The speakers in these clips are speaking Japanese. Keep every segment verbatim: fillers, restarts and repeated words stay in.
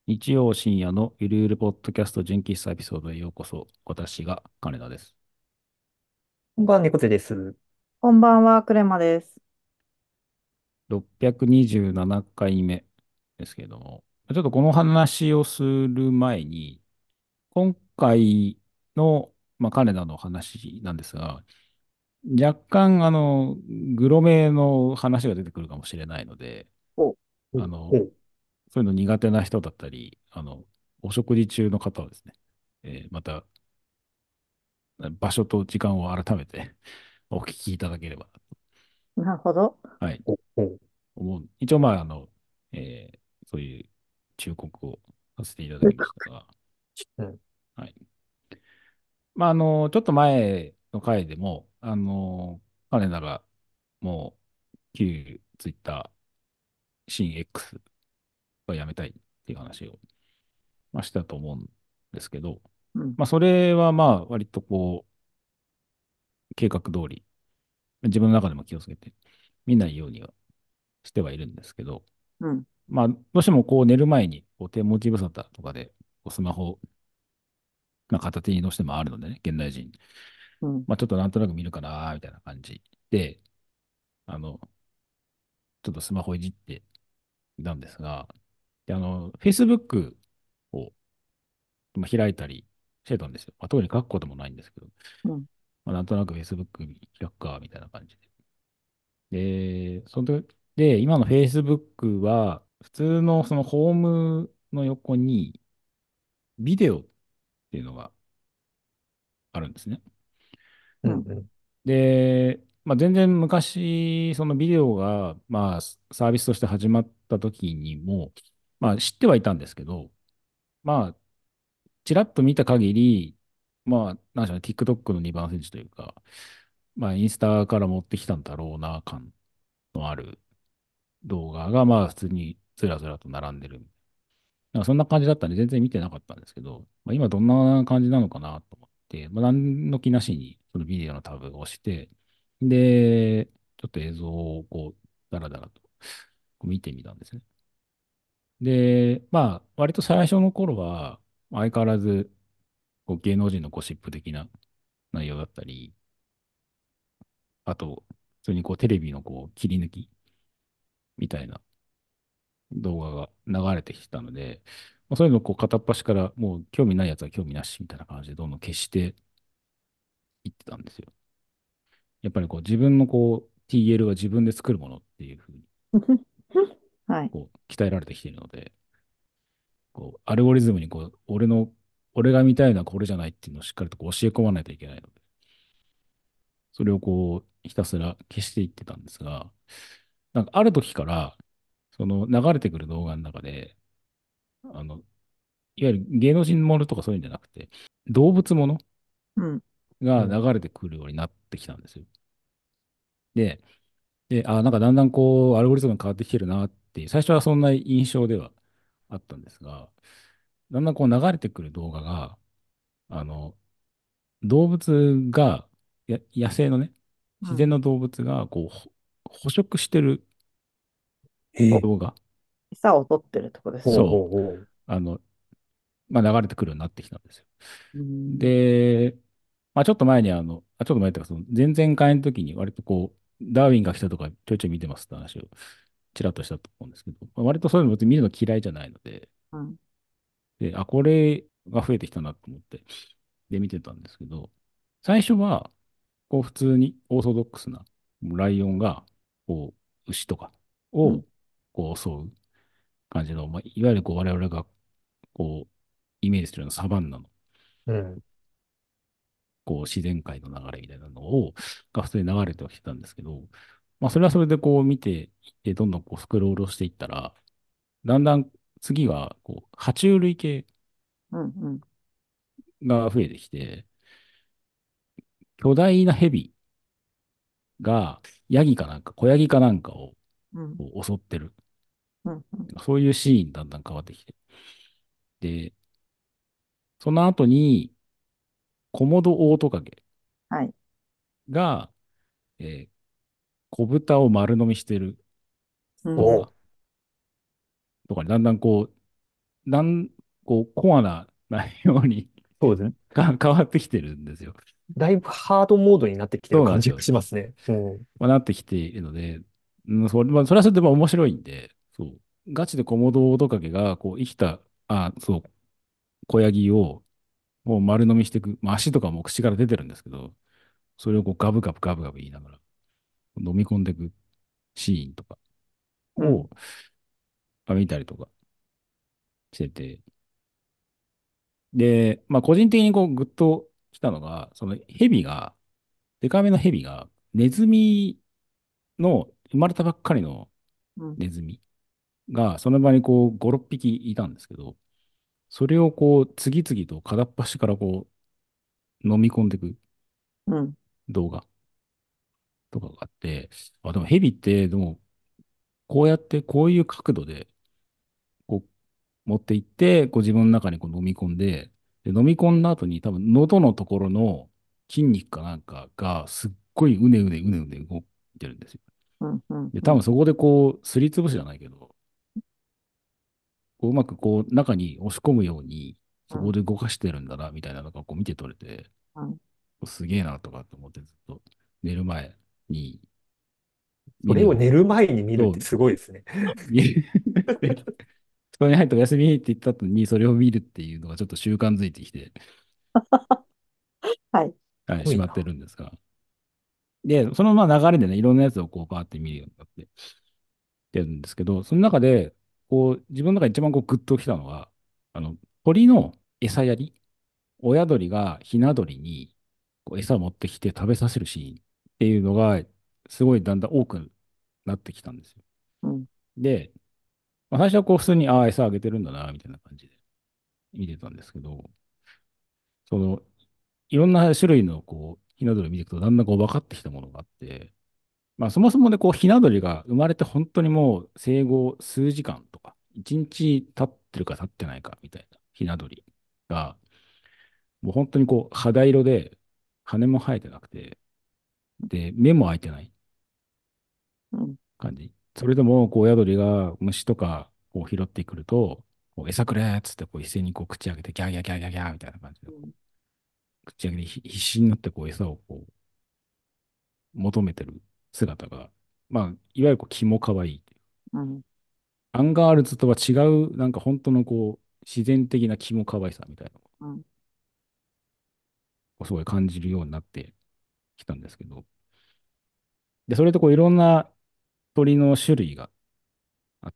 日曜深夜のゆるゆるポッドキャスト純喫茶エピソードへようこそ。私が金田です。 こんばんは、猫背です。 こんばんは、クレマです。 ろっぴゃくにじゅうななかいめですけれども、ちょっとこの話をする前に、今回の、まあ、金田の話なんですが、若干、あの、グロめの話が出てくるかもしれないので、 お、 おあの、 おそういうの苦手な人だったり、あの、お食事中の方はですね、えーまた場所と時間を改めてお聞きいただければ、 なるほど。 はい、 おお思う。一応、まあ、あの、えーそういう忠告をさせていただきましたが、 うん、 はい。まあ、あの、ちょっと前の回でも、あの、彼らがもう、旧ツイッター、新 X はやめたいっていう話を、まあ、したと思うんですけど、 うん、 まあ、それはまあ、割とこう、計画通り、自分の中でも気をつけて、見ないようにはしてはいるんですけど、 うん、 まあ、どうしてもこう寝る前にこう手持ち無沙汰とかでこうスマホ、まあ、片手にどうしてもあるのでね、現代人。 うん、 まあ、ちょっとなんとなく見るかな、みたいな感じで、あの、ちょっとスマホいじっていたんですが、で、あの、Facebook を、まあ、開いたりしてたんですよ。まあ、特に書くこともないんですけど、 うん、 まあ、なんとなく Facebook 開くか、みたいな感じで。で、その時で、今の Facebook は、普通のそのホームの横にビデオっていうのがあるんですね。 うん、 うん、 うん、 で、まあ、全然昔、そのビデオが、まあ、サービスとして始まった時にも、まあ、知ってはいたんですけど、まあ、ちらっと見た限り、まあ、なんでしょうね、TikTok のにばん煎じというか、まあ、インスタから持ってきたんだろうな、感のある動画が、まあ、普通にずらずらと並んでる。なんかそんな感じだったんで、全然見てなかったんですけど、まあ、今どんな感じなのかなと思って、まあ、何の気なしに、そのビデオのタブを押して、で、ちょっと映像をこう、だらだらとこう見てみたんですね。で、まあ、割と最初の頃は、相変わらず、こう芸能人のゴシップ的な内容だったり、あと、普通にこうテレビのこう切り抜きみたいな動画が流れてきたので、まあ、そういうのをこう片っ端からもう興味ないやつは興味なしみたいな感じでどんどん消していってたんですよ。やっぱりこう自分のこう ティーエル は自分で作るものっていうふうにはい。 こう鍛えられてきているので、こうアルゴリズムにこう俺の、俺が見たいのはこれじゃないっていうのをしっかりとこう教え込まないといけないので、それをこうひたすら消していってたんですが、なんかある時から、その流れてくる動画の中で、あの、いわゆる芸能人ものとかそういうんじゃなくて、動物ものうん、 がうん、 流れてくるようになってきたんですよ。で、で、あ、なんかだんだんこう、アルゴリズムが変わってきてるなって、最初はそんな印象ではあったんですが、だんだんこう流れてくる動画が、あの、動物が、や野生のね、 うん。 自然の動物がこう、ほ捕食してるえお、 動画、 餌を取ってるとこですね。 おそう、 おおあの、まあ、流れてくるようになってきたんですよ。 うん、 で、まあ、ちょっと前にあの、あ、ちょっと前というか、その前々回の時に割とこう、ダーウィンが来たとかちょいちょい見てますって話をちらっとしたと思うんですけど、まあ割とそういうの別に見るの嫌いじゃないので、 うん、 で、あ、これが増えてきたなと思って、で、見てたんですけど、最初は、こう、普通にオーソドックスな、ライオンが、こう、牛とかを、 うん、 こう、襲う感じの、まあ、いわゆるこう、我々が、こう、イメージするようなサバンナの、 うん、 こう、自然界の流れみたいなのを、が普通に流れてはきてたんですけど、まあ、それはそれでこう、見ていって、どんどんこう、スクロールをしていったら、だんだん次は、こう、爬虫類系うん、うん、 が増えてきて、巨大なヘビが、ヤギかなんか、小ヤギかなんかをうん、 こう襲ってる。 うん、 そういうシーンだんだん変わってきて。で、その後に、コモドオオトカゲはい。 が、えー小豚を丸飲みしてるうん、 動画おとかにだんだんこうだん、こう、コアな内容にそうですね。 か変わってきてるんですよ。 だいぶハードモードになってきてる感じがそうなんですよ。 しますね。うん。 まあ、なってきているので、うん、それ、まあ、それはそれでも面白いんで、そう。ガチでコモドオオトカゲが、こう、生きた、あ、そう、子ヤギを、もう丸飲みしていく、まあ、足とかも口から出てるんですけど、それをこうガブガブガブガブ言いながら飲み込んでいくシーンとかを、 うん。 まあ見たりとかしてて、で、まあ個人的にこうグッときたのが、そのヘビが、デカめのヘビが、ネズミの、生まれたばっかりのうん。 ネズミが、その場にこうご、ろっぴきいたんですけど、それをこう次々と片っ端からこう飲み込んでいくうん。 動画とかがあって、あ、でもヘビってでもこうやってこういう角度でこう持っていって、こう自分の中にこう飲み込んで、で飲み込んだ後に多分喉のところの筋肉かなんかがすっごいうねうねうねうね動いてるんですよ。 うん。うん。 で、 うん。 多分そこでこう、すりつぶしじゃないけど、こううまくこう中に押し込むように、そこで動かしてるんだな、みたいなのがこう見て取れて、 うん。 すげえなとかって思ってずっと寝る前にそれを見るように。 寝る前に見るってそう、 すごいですね。 見る布団に入ってお休みって言った後にそれを見るっていうのがちょっと習慣づいてきて、 はい。 はい、 すごいな。 しまってるんですが。で、そのまあ流れでね、いろんなやつをこうバーって見るようになってってるんですけど、その中で、こう、自分の中で一番こうグッときたのは、あの、鳥の餌やり、親鳥がひな鳥にこう餌を持ってきて食べさせるシーンっていうのが、すごいだんだん多くなってきたんですよ。 うん。 で、まあ、最初はこう普通に、ああ、餌あげてるんだな、みたいな感じで見てたんですけど、その、いろんな種類のこう、ひな鳥を見ていくと、だんだんこう分かってきたものがあって、まあそもそもね、こう、ひな鳥が生まれて本当にもう生後数時間とか、一日経ってるか経ってないかみたいなひな鳥が、もう本当にこう、肌色で、羽も生えてなくて、で、目も開いてないうん。 感じ。それでも、こう、親鳥が虫とかこう拾ってくると、こう餌くれーっつってこう一斉にこう口開けてギャーギャーギャーギャーギャーみたいな感じでこううん。 口開けてひ必死になってこう餌をこう求めてる姿が、まあ、いわゆるこう、キモ可愛い。 うん。 アンガールズとは違う、なんか本当のこう、自然的なキモ可愛さみたいなのうん。 をすごい感じるようになってきたんですけど、で、それとこういろんな鳥の種類があって、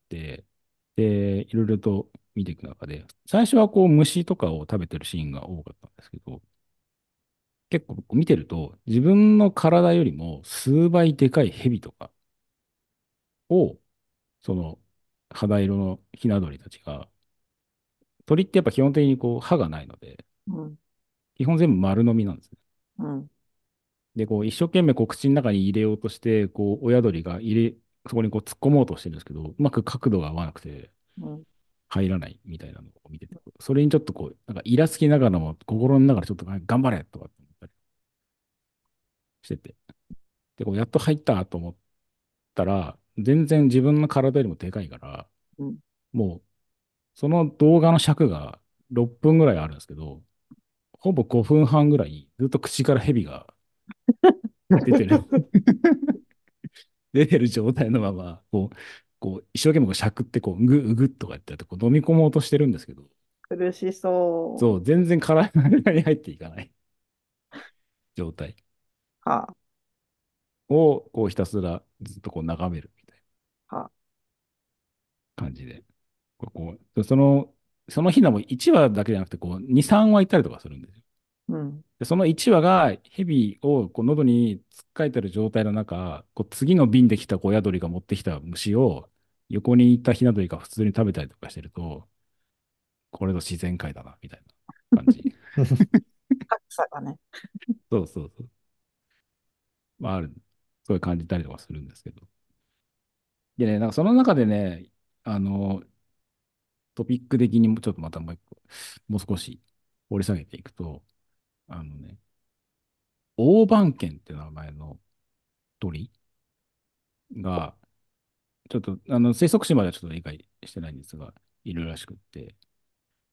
で、いろいろと見ていく中で、最初はこう虫とかを食べてるシーンが多かったんですけど、結構見てると、自分の体よりも数倍でかいヘビとかを、その肌色のヒナ鳥たちが、鳥ってやっぱ基本的にこう歯がないので、 うん。 基本全部丸飲みなんですね。 うん。 で、こう、一生懸命こう口の中に入れようとして、こう、親鳥が入れ、そこにこう突っ込もうとしてるんですけど、うまく角度が合わなくてうん。 入らないみたいなのを見てて、それにちょっとこう、なんかイラつきながらも、心の中でちょっと頑張れとかって思ったりしてて。で、こう、やっと入ったと思ったら、全然自分の体よりもでかいから、 うん。 もう、その動画の尺がろっぷんぐらいあるんですけど、ほぼごふんはんぐらい、ずっと口から蛇が出てる出てる状態のまま、こう、こう一生懸命こうしゃくって、こう、ぐ、うぐっとかやってやってこう飲み込もうとしてるんですけど、 苦しそそう、全然体の中に入っていかない状態う。はを、こうひたすらずっとこう眺めるみたいあ。はあ。 な感じで、こう、こうその、その日のもいちわだけじゃなくて、こう、に、さんわいったりとかするんですよ。 うん。 で、そのいちわが蛇をこう喉につっかえてる状態の中、こう次の瓶で来たこう親鳥が持ってきた虫を横にいたヒナ鳥が普通に食べたりとかしてると、これぞ自然界だな、みたいな感じ。 格差がね。 そうそうそう。まあ、ある。そういう感じたりとかするんですけど。でね、なんかその中でね、あの、トピック的にもちょっとまたもう一個、もう少し掘り下げていくと、あのね、オオバンケンって名前の鳥が、ちょっと、あの、生息地まではちょっと理解してないんですが、いるらしくって。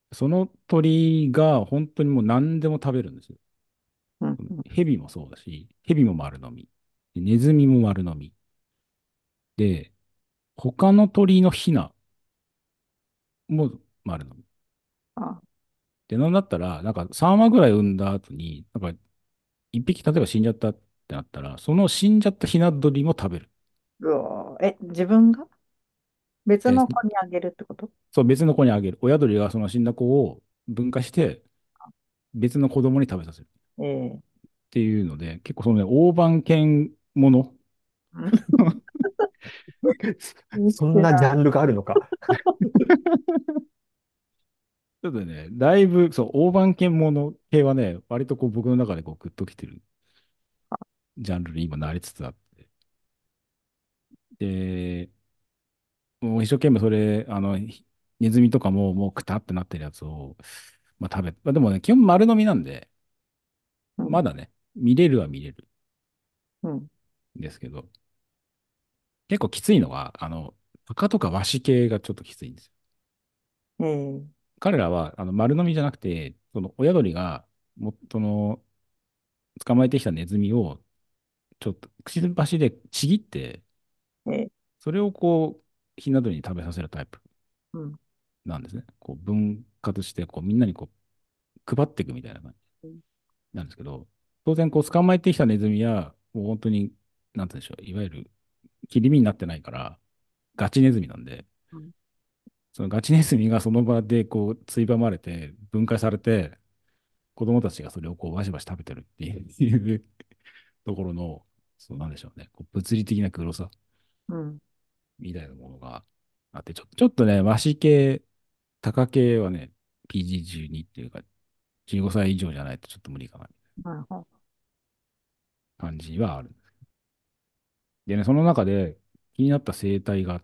その鳥が本当にもう何でも食べるんですよ。 うん。うん。 蛇もそうだし、蛇も丸飲み。でネズミも丸飲み。で、他の鳥のヒナも丸飲み。 あ、 で、なんだったら、なんかさんわぐらい産んだ後に、なんかいっぴき例えば死んじゃったってなったら、その死んじゃったヒナ鳥も食べる。 うわーえ、自分が別えーの子にあげるってこと？ そう、別の子にあげる。親鳥がその死んだ子を分化して、別の子供に食べさせる。っええていうので、結構そのね、大判犬もの。 うん。 そん知らなジャンルがあるのか。 ちょっとね、だいぶ、そう、大判犬もの系はね、割とこう僕の中でこうグッときてるジャンルに今なりつつあって。で、もう一生懸命それ、あの、ひネズミとかももうくたってなってるやつを、まあ食べ、まあ、でもね、基本丸飲みなんで、 うん。 まだね、見れるは見れるうん。 んですけど、結構きついのは、あの、鷹とかワシ系がちょっときついんですよ。 ええ彼らは、あの、丸飲みじゃなくて、その親鳥が、も、その、捕まえてきたネズミを、ちょっと、くちばしでちぎって、 ええそれをこう、ひな鳥に食べさせるタイプうん。 なんですね。こう、分割して、こう、みんなにこう、配っていくみたいな感じなんですけど、当然、こう、捕まえてきたネズミは、もう本当に、なんて言うんでしょう、いわゆる、切り身になってないから、ガチネズミなんで、 うん。 そのガチネズミがその場でこう、ついばまれて、分解されて、子供たちがそれをこう、バシバシ食べてるっていうところの、そうなんでしょうね、こう物理的な黒さうん。 みたいなものがあって、ちょ、ちょっとね、和紙系、鷹系はね、ピージーじゅうに っていうか、じゅうごさい以上じゃないとちょっと無理かな、 なるほど。 感じはある。でね、その中で気になった生態があって、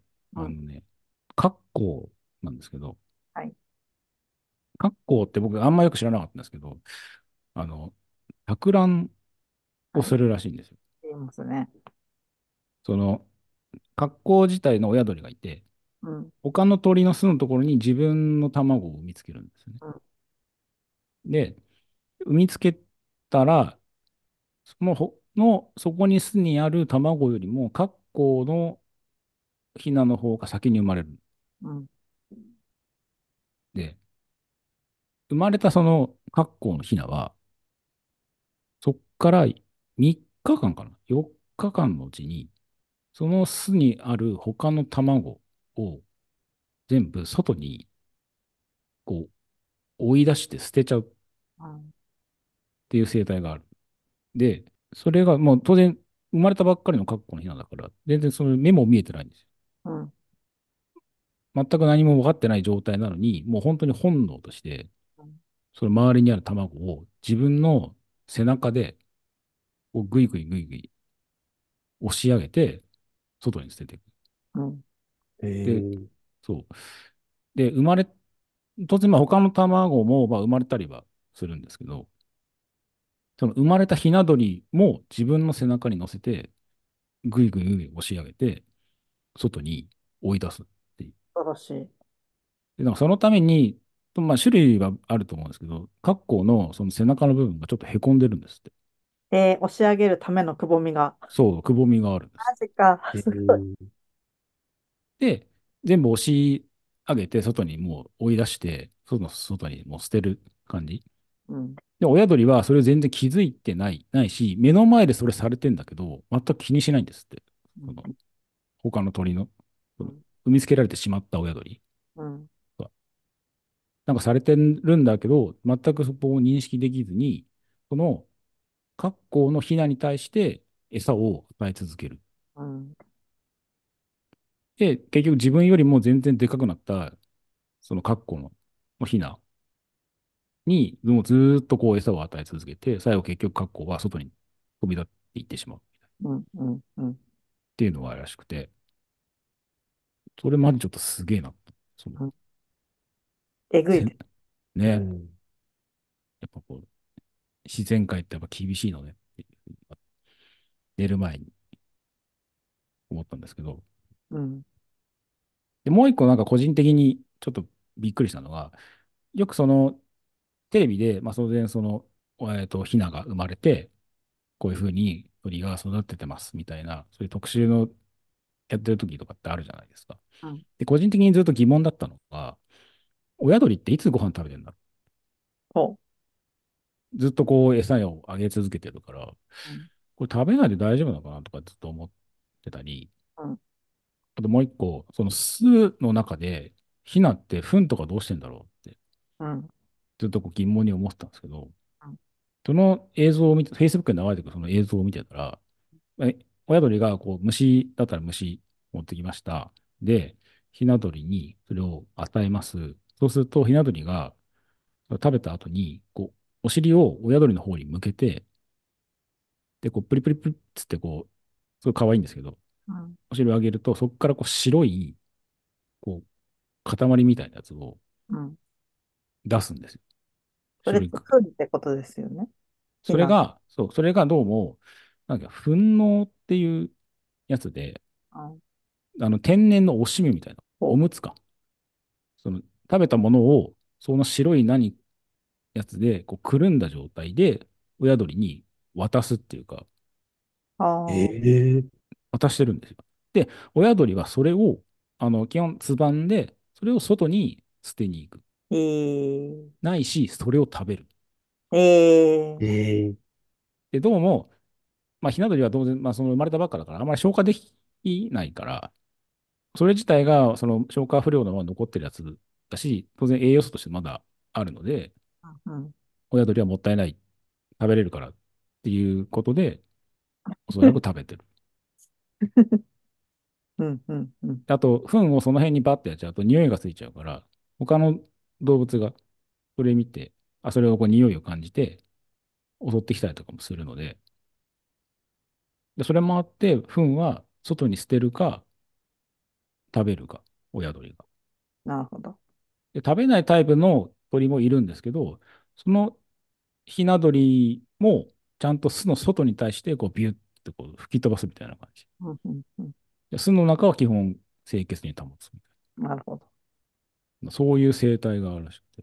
うん。 あのね、カッコウなんですけど、 はい。 カッコウって僕あんまよく知らなかったんですけど、あの、托卵をはい。 するらしいんですよ。 言いますね。 その、カッコウ自体の親鳥がいて、 うん。 他の鳥の巣のところに自分の卵を産みつけるんですよね。 うん。 で、産みつけたら、そのほの、そこに巣にある卵よりも、カッコウのヒナの方が先に生まれる。 うん。 で、生まれたそのカッコウのヒナは、そっからみっかかんかんかな？ よっか 日間のうちに、その巣にある他の卵を全部外にこう追い出して捨てちゃうっうん。 ていう生態がある。で、それがもう当然生まれたばっかりのカッコウのヒナだから、全然その目も見えてないんですよ。 うん。 全く何も分かってない状態なのに、もう本当に本能として、 うん。 その周りにある卵を自分の背中でこうぐいぐいぐいぐい押し上げて、外に捨てていく。 うん。 えで、 ー、 そう。で、生まれ、当然、まあ他の卵もまあ生まれたりはするんですけど、その生まれたひな鳥も自分の背中に乗せて、ぐいぐいぐいぐい押し上げて、外に追い出すっていう。 素晴らしい。 で、なんかそのために、まあ種類はあると思うんですけど、カッコウのその背中の部分がちょっとへこんでるんですって。 えー、押し上げるためのくぼみが。 そう、くぼみがあるんです。 マジか。 えすごい。 ー、 で、全部押し上げて、外にもう追い出して、外の外にもう捨てる感じ。 うん。 で、親鳥はそれを全然気づいてない、ないし、目の前でそれされてんだけど、全く気にしないんですって。 うん。 その他の鳥の、そのうん。 産みつけられてしまった親鳥うん。 は。なんかされてるんだけど、全くそこを認識できずに、このカッコウのヒナに対して餌を与え続ける。 うん。 で、結局自分よりも全然でかくなった、そのカッコウのヒナに、もうずーっとこう餌を与え続けて、最後結局カッコウは外に飛び立っていってしまうっうん。うん。うん。 ていうのがあるらしくて、それまでちょっとすげえな。その、 うん。えぐいせです。 ね、 うん。 やっぱこう、自然界ってやっぱ厳しいのねっていうふうに寝る前に思ったんですけど、 うん。 で、もう一個なんか個人的にちょっとびっくりしたのが、 よくその、テレビで、まあ、当然その、えっと、ヒナが生まれて、こういうふうに鳥が育ててますみたいな、そういう特集のやってる時とかってあるじゃないですか。 うん。 で、個人的にずっと疑問だったのが、親鳥っていつご飯食べてんだ、 ほずっとこう餌をあげ続けてるから、 う。うん。 これ食べないで大丈夫なのかなとかずっと思ってたり、 うん。 あともう一個、その巣の中で、ヒナって糞とかどうしてんだろうって、 うん。 ずっとこう疑問に思ってたんですけど、 うん。 その映像を見て、Facebook に流れてくるその映像を見てたら、え親鳥がこう虫だったら虫持ってきました。で、ヒナ鳥にそれを与えます。そうすると、ヒナ鳥が食べた後に、こう、お尻を親鳥の方に向けて、で、こう、プリプリプリっつって、こう、すごい可愛いんですけど、 うん。 お尻を上げると、そこからこう白い、こう、塊みたいなやつをうん。 出すんですよ。 それって白いく。 糞ってことですよね。ひな。 それが、そう、それがどうも、なんか、糞尿っていうやつで、 うん。 あの、天然のおしめみたいな、 ほおむつか。その、食べたものを、その白い何、やつで、こう、くるんだ状態で、親鳥に渡すっていうか、 う。ああ。 ええ。 渡してるんですよ。で、親鳥はそれを、あの、基本、つばんで、それを外に捨てに行く。 ええ。 ないし、それを食べる。 ええ。 ええ。 で、どうも、まあ、ひな鳥は当然、まあ、その生まれたばっかだから、あまり消化できないから、それ自体が、その消化不良のまま残ってるやつだし、当然栄養素としてまだあるので、 うん。 親鳥はもったいない、食べれるからっていうことで、おそらく食べてる。 うん。うん。うん。 あと、糞をその辺にバッてやっちゃうと匂いがついちゃうから、他の動物がそれ見て、あ、それをこう匂いを感じて襲ってきたりとかもするので、でそれもあって、糞は外に捨てるか食べるか、親鳥が。 なるほど。 で、食べないタイプの鳥もいるんですけど、そのヒナ鳥もちゃんと巣の外に対してこうビュッてこう吹き飛ばすみたいな感じ。 うん。うん。うん。 で巣の中は基本清潔に保つみたいなるほど。 な。そういう生態があるらしくて。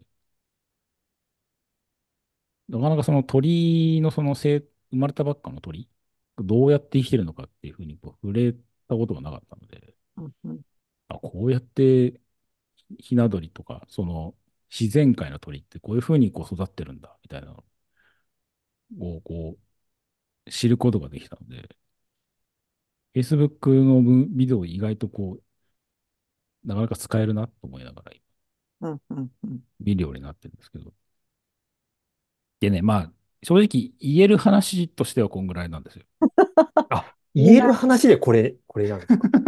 なかなかその鳥のその生、生まれたばっかの鳥、どうやって生きてるのかっていうふうにこう触れたことがなかったので、 うん。うん。 あ、こうやってひな鳥とか、その自然界の鳥ってこういうふうにこう育ってるんだ、みたいなのをこう知ることができたので、Facebook の文ビデオ意外とこう、なかなか使えるなと思いながらうん。うん。うん。 見るようになってるんですけど。でね、まあ、正直言える話としてはこんぐらいなんですよ。 あ、 いいな。 言える話でこれ、これなんですか？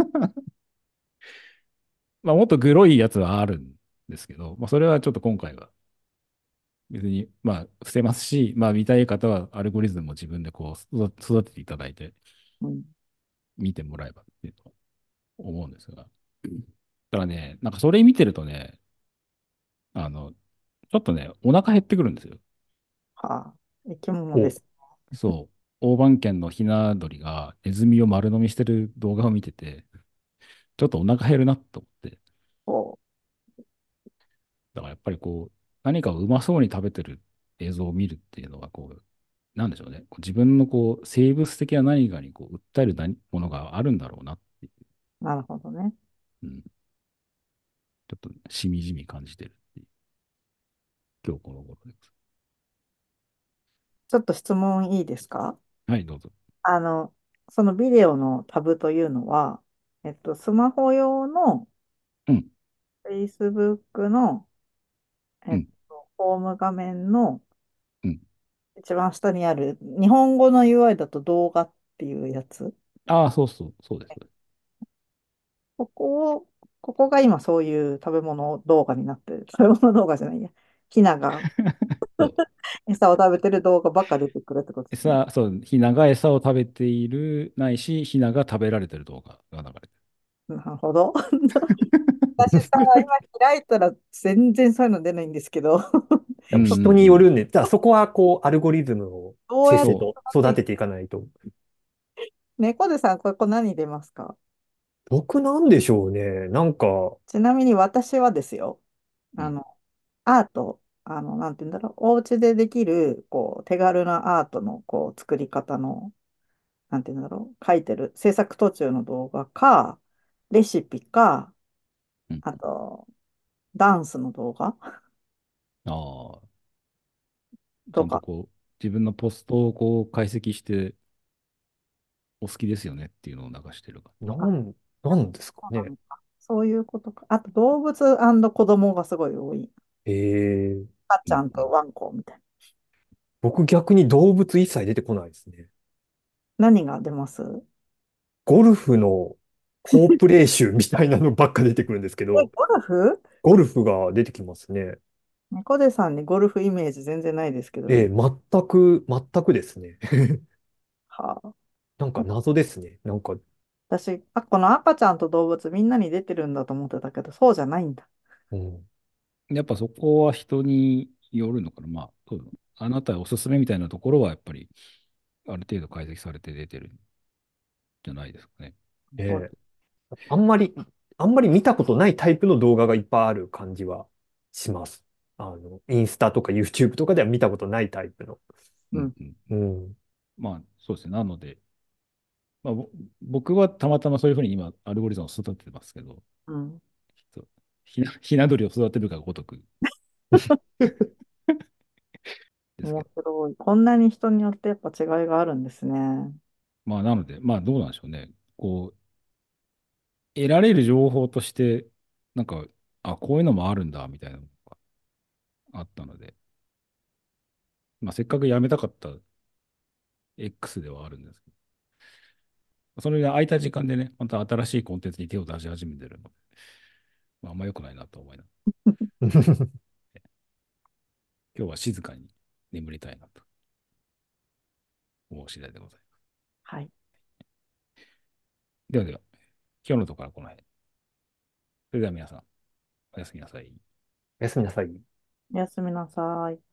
まあ、もっとグロいやつはあるんですけど、まあ、それはちょっと今回は別に、まあ、伏せますし、まあ、見たい方はアルゴリズムを自分でこう、育育てていただいてうん。 見てもらえばっていうと思うんですが。だからね、なんかそれ見てるとね、あの、ちょっとね、お腹減ってくるんですよ。 はあ。生き物でお、 す。 そう。大番犬のひな鳥がネズミを丸飲みしてる動画を見てて、ちょっとお腹減るなと思って。 お。 だからやっぱりこう、何かをうまそうに食べてる映像を見るっていうのは、こう、なんでしょうね。こう自分のこう、生物的な何かにこう、訴える何ものがあるんだろうなっていう、 なるほどね。 うん、ちょっとしみじみ感じてるっていう、今日この頃です。 ちょっと質問いいですか？ はい、どうぞ。 あの、そのビデオのタブというのは、えっと、スマホ用のうん、 Facebook の、えっうん、 と、ホーム画面のうん。 一番下にある、日本語の ユーアイ だと動画っていうやつ。 ああ、そうそう、そうです。 ここを、ここが今そういう食べ物動画になってる。食べ物動画じゃないや。ヒナがそう。 餌を食べてる動画ばっか出てくるってことですね。 餌、そう、ヒナが餌を食べている、ないし、ヒナが食べられてる動画が流れてなるほど。私さ、 る。 今開いたら全然そういうの出ないんですけど、 うん、うん、 でも人にうん。 よるんで、じゃあそこはこう、アルゴリズムをどうやってせっせそと育てていかないと。 猫背さん、ここ何出ますか？ 僕なんでしょうね。なんか、 ちなみに私はですよ、 う。うん、 あの、 アート、あの、なんて言うんだろう、お家でできる、こう、手軽なアートの、こう、作り方の、なんて言うんだろう、書いてる、制作途中の動画か、レシピか、 うん。 あと、ダンスの動画ああ、ちゃとか、 んとこう、自分のポストをこう解析して、お好きですよねっていうのを流してるか。 なあ、 ん、なんですかそうなね。 のか。そういうことか。あと、動物子供がすごい多い。 ええ、 赤ちゃうんうん。 んとワンコみたいな。 僕逆に動物一切出てこないですね。 何が出ます？ ゴルフの好プレー集みたいなのばっか出てくるんですけえ、 ど、 ゴルフ？ ゴルフが出てきますね。 猫背さんにゴルフイメージ全然ないですけど、 ええ、全く、全くですね。 はあ。 なんか謎ですね。なんか、 私、あ、この赤ちゃんと動物みんなに出てるんだと思ってたけど、そうじゃないんだ。 うん。 やっぱそこは人によるのかな。まあ、そうあなたおすすめみたいなところはやっぱりある程度解析されて出てるんじゃないですかね。 そう。 ええ、あんまり、あんまり見たことないタイプの動画がいっぱいある感じはします。あの、インスタとか YouTube とかでは見たことないタイプの。 うん。 うんうん。 うん。 まあ、そうですね。なので、まあ、ぼ僕はたまたまそういうふうに今、アルゴリズムを育ててますけど、 うん。 そうひな、ひな鳥を育てるがごとくですけ面ど。 白い。こんなに人によってやっぱ違いがあるんですね。 まあ、なので、まあ、どうなんでしょうね。こう、得られる情報として、なんか、あ、こういうのもあるんだ、みたいなのがあったので、まあ、せっかくやめたかった X ではあるんですけど、それで空いた時間でね、また新しいコンテンツに手を出し始めてるので、まあ、あんま良くないなと思いながら、今日は静かに眠りたいなと思う次第でございます。 はい。 ではでは、今日のところはこの辺。それでは皆さん、おやすみなさい。 おやすみなさい。 おやすみなさい。